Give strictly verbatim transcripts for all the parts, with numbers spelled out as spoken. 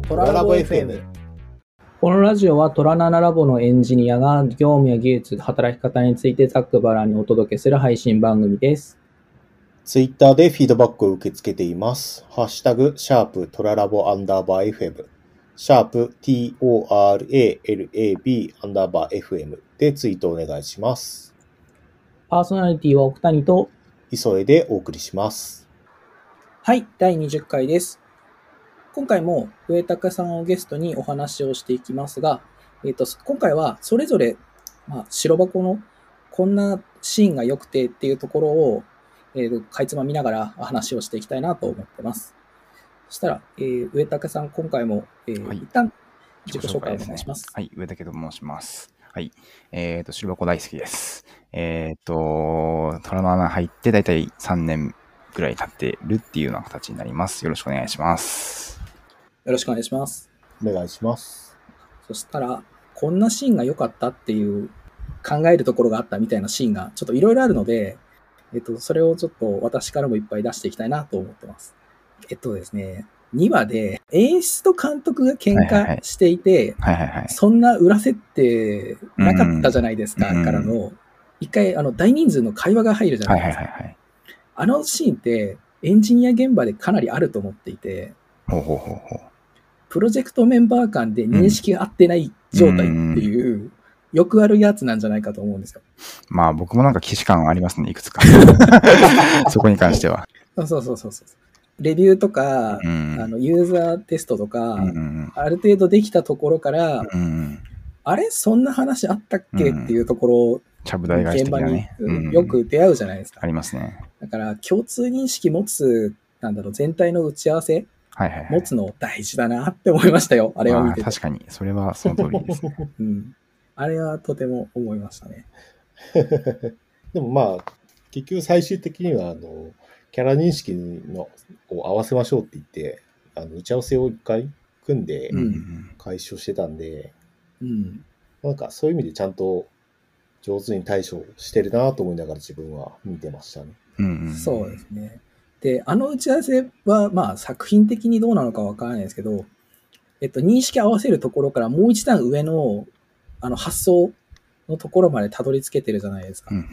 トララボ エフエム。 このラジオはトラナナラボのエンジニアが業務や技術、働き方についてざっくばらんにお届けする配信番組です。 ツイッターでフィードバックを受け付けています。ハッシュタグ、シャープトララボアンダーバー エフエム、シャープ トララブ アンダーバー エフエム でツイートお願いします。 パーソナリティは奥谷と磯江でお送りします。 はい、だいにじゅっかいです。今回も上高さんをゲストにお話をしていきますが、えーと、今回はそれぞれ、まあ、白箱のこんなシーンが良くてっていうところを、えーと、かいつまみながら話をしていきたいなと思ってます。そしたら、えー、上高さん、今回も、えーはい、一旦自己紹介お願いします。 はい、上竹と申します。はい、えっと、白箱大好きです。えっと、トラの穴入ってだいたいさんねんぐらい経ってるっていうような形になります。よろしくお願いします。 よろしくお願いします。 お願いします。 そしたら、こんなシーンが良かったっていう考えるところがあったみたいなシーンがちょっといろいろあるので、えっと、それをちょっと私からもいっぱい出していきたいなと思ってます。えっとですね、にわで演出と監督が喧嘩していて、そんな裏設定なかったじゃないですか、からの、一回あの大人数の会話が入るじゃないですか。あのシーンってエンジニア現場でかなりあると思っていて、 ほうほうほうほう、 プロジェクトメンバー間で認識が合ってない状態っていう、うん、よくあるやつなんじゃないかと思うんですよ。 まあ僕もなんか既視感ありますね、いくつか。そこに関しては。 そうそうそうそう。レビューとか、うん、あのユーザーテストとか、うん、ある程度できたところから、うん、あれそんな話あったっけ、うん、っていうところ、 ちゃぶ台返し的なね、 現場によく出会うじゃないですか。 ありますね。 だから共通認識持つ、なんだろう、全体の打ち合わせ、はいはいはい、持つの大事だなって思いましたよ。あれを見てて。 まあ、確かに、それはその通りですね。 うん。あれはとても思いましたね。 でもまあ、結局最終的には、あの、キャラ認識のを合わせましょうって言って、あの打ち合わせを一回組んで解消してたんで、うん、なんかそういう意味でちゃんと上手に対処してるなと思いながら自分は見てましたね。 うんうん、そうですね。で、あの打ち合わせは、まあ作品的にどうなのかわからないですけど、えっと、認識合わせるところからもう一段上の、あの発想のところまでたどり着けてるじゃないですか。うんうん、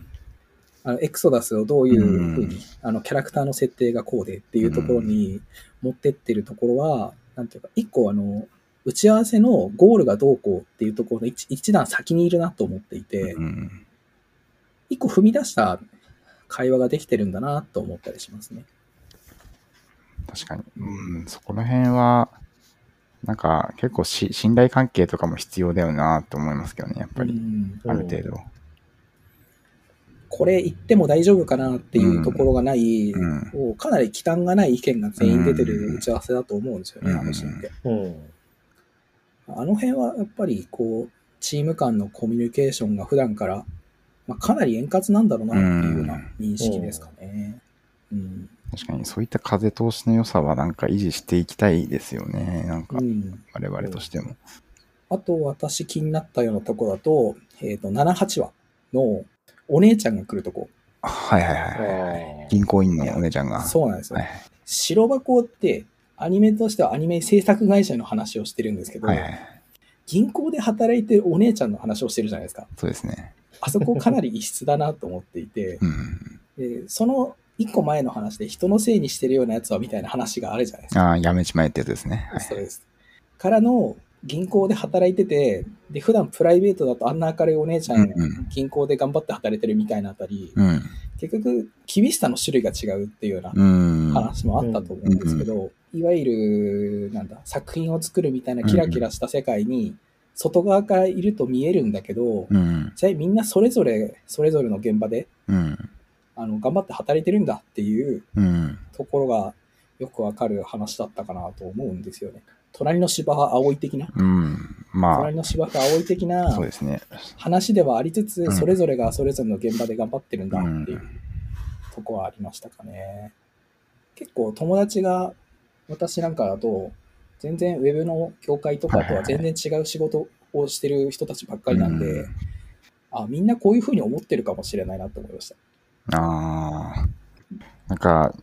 あのエクソダスをどういうふうに、うん、あのキャラクターの設定がこうでっていうところに持ってってるところは、なんていうか、一個あの、打ち合わせのゴールがどうこうっていうところの 一, 一段先にいるなと思っていて、うん、一個踏み出した会話ができてるんだなと思ったりしますね。 確かに、うん、そこら辺はなんか結構し信頼関係とかも必要だよなと思いますけどね、やっぱり、うん、ある程度。 これ言っても大丈夫かなっていうところがない、うん、かなり忌憚がない意見が全員出てる打ち合わせだと思うんですよね、うん、あのシーンって、うん。あの辺はやっぱりこうチーム間のコミュニケーションが普段から、まあ、かなり円滑なんだろうなっていうような認識ですかね。 うんうん、確かにそういった風通しの良さはなんか維持していきたいですよね。なんか我々としても。 うん、あと私気になったようなところだと、えっと、なな、はちわのお姉ちゃんが来るとこ。 はいはいはい。銀行員のお姉ちゃんが。 そうなんですよ。はい、白箱ってアニメとしてはアニメ制作会社の話をしてるんですけど、はいはい、銀行で働いてるお姉ちゃんの話をしてるじゃないですか。 そうですね。 あそこかなり異質だなと思っていて、うん、でその一個前の話で人のせいにしてるようなやつはみたいな話があるじゃないですか。 ああ、やめちまえってやつですね。 はい、そうです。からの銀行で働いてて、で普段プライベートだとあんな明るいお姉ちゃん、うんうん、銀行で頑張って働いてるみたいなあたり、うん、結局厳しさの種類が違うっていうような話もあったと思うんですけど、うんうん、いわゆるなんだ作品を作るみたいなキラキラした世界に外側からいると見えるんだけど、うん、じゃあみんなそれぞれそれぞれの現場で、うん、あの頑張って働いてるんだっていうところがよくわかる話だったかなと思うんですよね。隣の芝は青い的な、うんまあ、隣の芝生青い的な話ではありつつ、それぞれがそれぞれの現場で頑張ってるんだっていうとこはありましたかね。結構友達が私なんかだと全然ウェブの業界とかとは全然違う仕事をしてる人たちばっかりなんで、はいはいはい、あみんなこういう風に思ってるかもしれないなと思いました。 ああ、なんか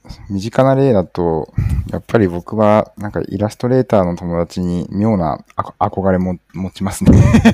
身近な例だと、やっぱり僕はなんかイラストレーターの友達に妙なあこ憧れも持ちますね。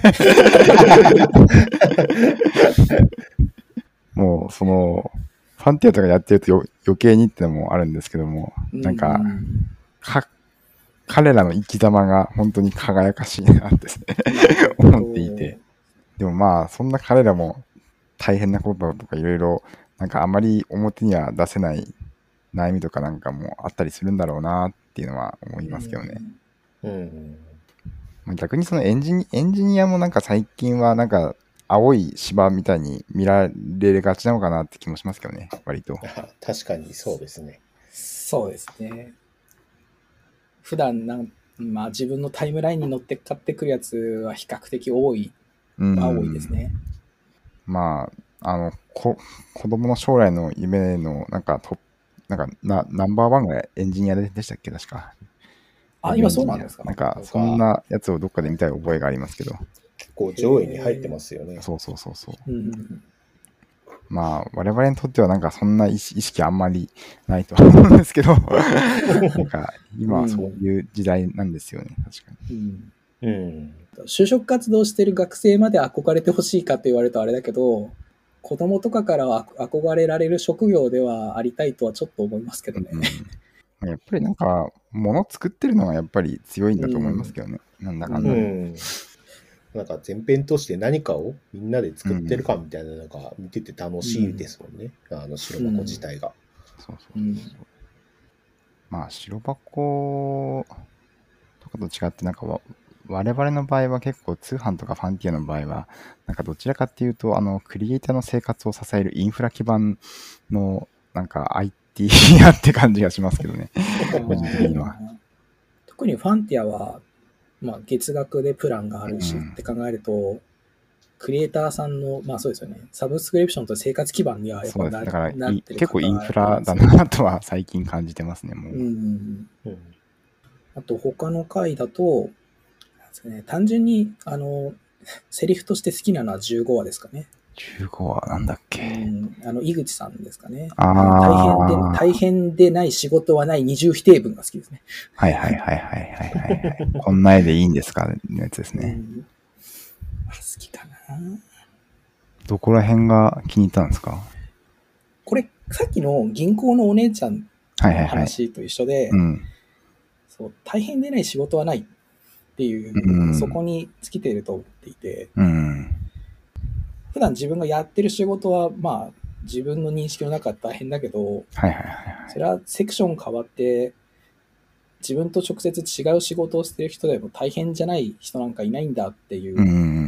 もうそのファンティアとかやってるとよ余計にってのもあるんですけども、なんか、か彼らの生き様が本当に輝かしいなってですね思っていて、でもまあそんな彼らも大変なこととかいろいろなんかあまり表には出せない悩みとかなんかもあったりするんだろうなっていうのは思いますけどね。 うんうんまあ、逆にそのエンジニエンジニアもなんか最近はなんか青い芝みたいに見られがちなのかなって気もしますけどね、割と。 確かにそうですね。 そうですね。普段なん、まあ、自分のタイムラインに乗って買ってくるやつは比較的多い、まあ、多いですね。 まあ、あの、こ子供の将来の夢のなんかトなんかなナンバーワンがエンジニアでしたっけ、確か。 あ、今そうなんですか。 なんか、そんなやつをどっかで見たい覚えがありますけど。 結構上位に入ってますよね。 そうそうそうそう。 うん、 まあ、我々にとってはなんかそんな意識あんまりないと思うんですけど、なんか今はそういう時代なんですよね、確かに。 うん。うん、就職活動してる学生まで憧れてほしいかと言われるとあれだけど、子供とかからは憧れられる職業ではありたいとはちょっと思いますけどね。 うん、やっぱりなんか、物作ってるのがやっぱり強いんだと思いますけどね。うん、なんだかんだ、ね。うんなんか前編として何かをみんなで作ってるかみたいなのが見てて楽しいですもんね。うん、あの白箱自体が。 うん、そうそうそう。うん、まあ白箱とかと違ってなんか我々の場合は結構通販とかファンティアの場合はなんかどちらかっていうとあのクリエイターの生活を支えるインフラ基盤のなんか アイティー やって感じがしますけどね。個人的には。 特にファンティアはまあ、月額でプランがあるしって考えると、うん、クリエイターさんの、まあそうですよね、サブスクリプションと生活基盤にはやっぱな、 だからなってる結構インフラだなとは最近感じてますね、もう。 うんうん、あと他の回だと、ね、単純にあのセリフとして好きなのはじゅうごわですかね。 じゅうごわなんだっけ、 うん、あの井口さんですかね。 あ大変で大変でない仕事はない二重否定文が好きですね。 はいはいはいはいはいはい。こんな絵でいいんですかのやつですね。うん、 好きかな。 どこら辺が気に入ったんですか？ これさっきの銀行のお姉ちゃんの話と一緒で、そう大変でない仕事はないっていう、うん、そこに尽きていると思っていて。うん普段自分がやってる仕事は、まあ、自分の認識の中で大変だけど、はいはいはいはい、それはセクション変わって、自分と直接違う仕事をしてる人でも大変じゃない人なんかいないんだっていう、うん、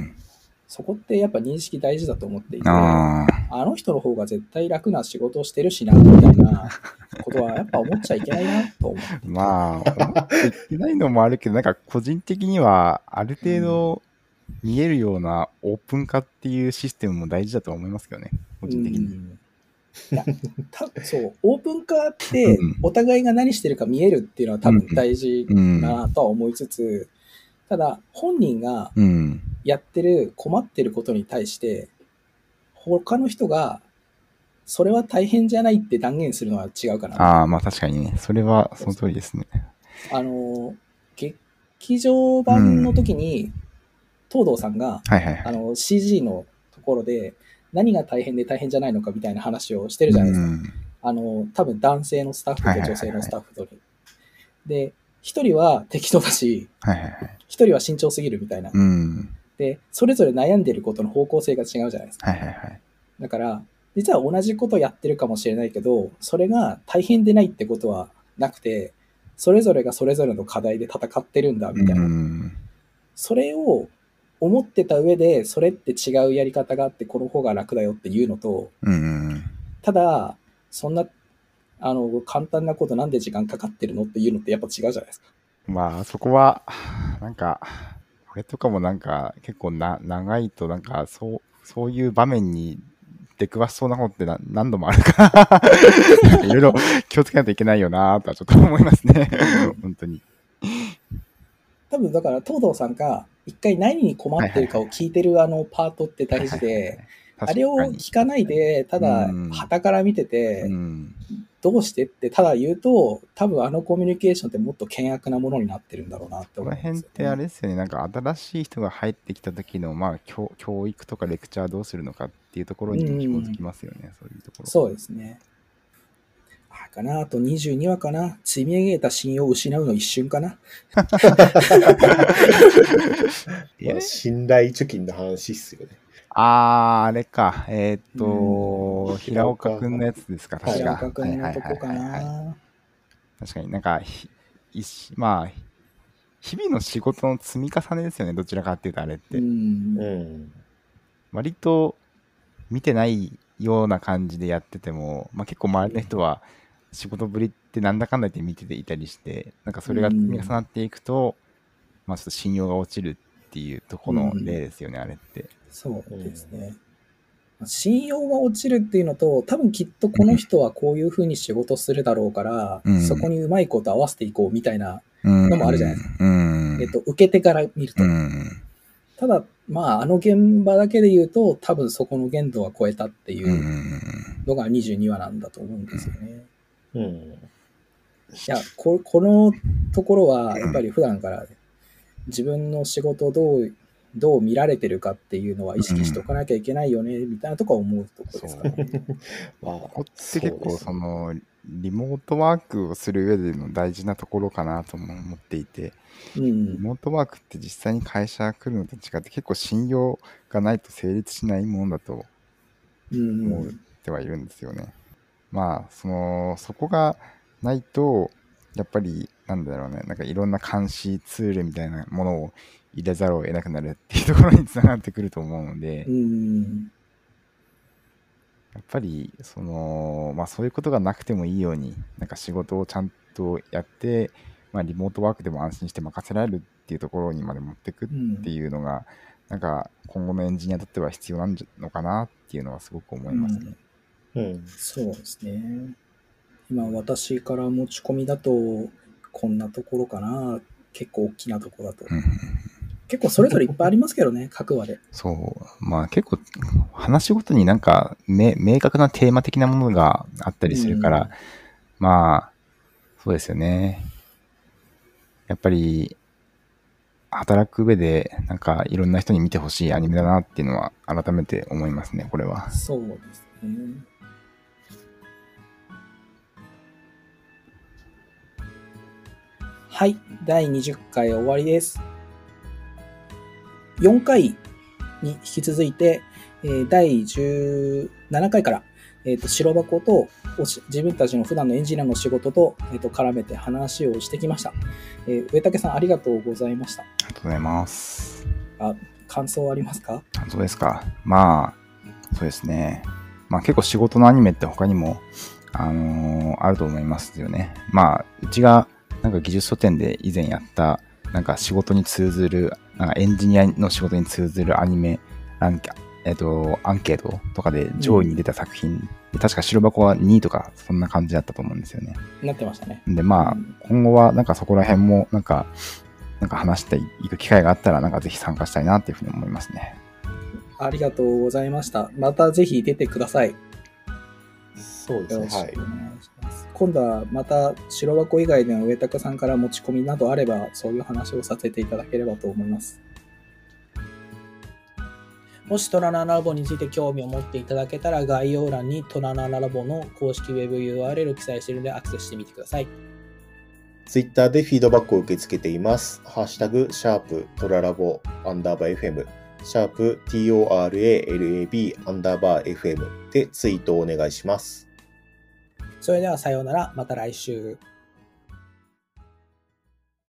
そこってやっぱ認識大事だと思っていて、あ, あの人の方が絶対楽な仕事をしてるしな、みたいなことはやっぱ思っちゃいけないなと思って。 まあ、思っちゃいけないのもあるけど、なんか個人的にはある程度、うん見えるようなオープン化っていうシステムも大事だと思いますけどね、個人的に。うん、 いやたそうオープン化ってお互いが何してるか見えるっていうのは多分大事だなとは思いつつ、うんうん、ただ本人がやってる困ってることに対して他の人がそれは大変じゃないって断言するのは違うかな。 ああ、まあ確かにね、それはその通りですね。 あの劇場版の時に、うん東堂さんが、はいはいはい、あの シージー のところで何が大変で大変じゃないのかみたいな話をしてるじゃないですか。うん、あの多分男性のスタッフと女性のスタッフと、はいはいはい、で一人は適当だし、はいはいはい、一人は慎重すぎるみたいな、うん、でそれぞれ悩んでることの方向性が違うじゃないですか、はいはいはい、だから実は同じことやってるかもしれないけどそれが大変でないってことはなくてそれぞれがそれぞれの課題で戦ってるんだみたいな、うん、それを思ってた上でそれって違うやり方があってこの方が楽だよっていうのと、うん、ただそんなあの簡単なことなんで時間かかってるのっていうのってやっぱ違うじゃないですか。 まあそこはなんか俺とかもなんか結構な長いとなんかそうそういう場面に出くわしそうなことってな何度もあるからいろいろ気をつけないといけないよなとはちょっと思いますね本当に。 多分だから東堂さんが一回何に困ってるかを聞いてるあのパートって大事で、 あれを聞かないで、ただ、傍から見てて、うん、どうしてってただ言うと、多分あのコミュニケーションってもっと険悪なものになってるんだろうなって思うんですよね。 この辺ってあれですよね、なんか新しい人が入ってきた時の、まあ教、教育とかレクチャーどうするのかっていうところに紐づきますよね、うん、そういうところ。 そうですね。あかな、あとにじゅうにわかな。積み上げた信用を失うの一瞬かな。 まあ、信頼貯金の話っすよね。 あー、あれか。えー、っと、うん、平岡くんのやつですか、確か。 平岡くんのとこかな。 確かになんか、まあ、日々の仕事の積み重ねですよね、どちらかっていうとあれって。うん、割と見てないような感じでやってても、まあ、結構周りの人は仕事ぶりってなんだかんだ言って見てていたりして、なんかそれが積み重なっていくと、まあちょっと信用が落ちるっていうところの例ですよね、うん、あれって。 そうですね。信用が落ちるっていうのと、多分きっとこの人はこういうふうに仕事するだろうから、うん、そこにうまいこと合わせていこうみたいなのもあるじゃないですか。うん、えっと、受け手から見ると。うん、ただ、まあ、あの現場だけで言うと、多分そこの限度は超えたっていうのがにじゅうにわなんだと思うんですよね。うん。いや、こ、このところは、やっぱり普段から自分の仕事をどう、どう見られてるかっていうのは意識しておかなきゃいけないよね、みたいなとこは思うところですからね。 まあ、ここって結構その、リモートワークをする上での大事なところかなとも思っていて、うん、リモートワークって実際に会社来るのと違って結構信用がないと成立しないものだと思ってはいるんですよね。うん、まあ、その、そこがないと、やっぱり、なんだろうね、なんかいろんな監視ツールみたいなものを入れざるを得なくなるっていうところにつながってくると思うので、うん、やっぱりその、まあ、そういうことがなくてもいいようになんか仕事をちゃんとやって、まあ、リモートワークでも安心して任せられるっていうところにまで持っていくっていうのが、うん、なんか今後のエンジニアにとっては必要なのかなっていうのはすごく思いますね。 うん、うん、そうですね。今私から持ち込みだとこんなところかな。結構大きなところだと。うん、結構それぞれいっぱいありますけどね、各話で。 そう。まあ結構話ごとになんか明確なテーマ的なものがあったりするから、うん、まあ、そうですよね。やっぱり、働く上でなんかいろんな人に見てほしいアニメだなっていうのは改めて思いますね、これは。 そうですね。はい、だいにじゅっかい終わりです。よんかいに引き続いて、えー、だいじゅうななかいから、えーと、白箱と自分たちの普段のエンジニアの仕事と、えーと絡めて話をしてきました。えー、上竹さんありがとうございました。 ありがとうございます。 あ、感想ありますか？ 感想ですか。まあ、そうですね。まあ結構仕事のアニメって他にも、あのー、あると思いますよね。まあ、うちがなんか技術書店で以前やった、なんか仕事に通ずる、なんかエンジニアの仕事に通ずるアニメ、なんか、えっと、アンケートとかで上位に出た作品、うん、で確か白箱はにいとかそんな感じだったと思うんですよね。 なってましたね。 で、まあ、うん、今後はなんかそこら辺もなんか、なんか話していく機会があったら、なんかぜひ参加したいなっていうふうに思いますね。 ありがとうございました。またぜひ出てください。 そうですね。はい。 今度はまた白箱以外での上高さんから持ち込みなどあれば、そういう話をさせていただければと思います。もしトラナラボについて興味を持っていただけたら、概要欄にトラナラボの公式ウェブ ユーアールエル を記載しているのでアクセスしてみてください。 ツイッターでフィードバックを受け付けています。ハッシュタグ、シャープトララボアンダーバー エフエム、シャープ トララブ アンダーバー エフエム でツイートをお願いします。 それではさようなら、また来週。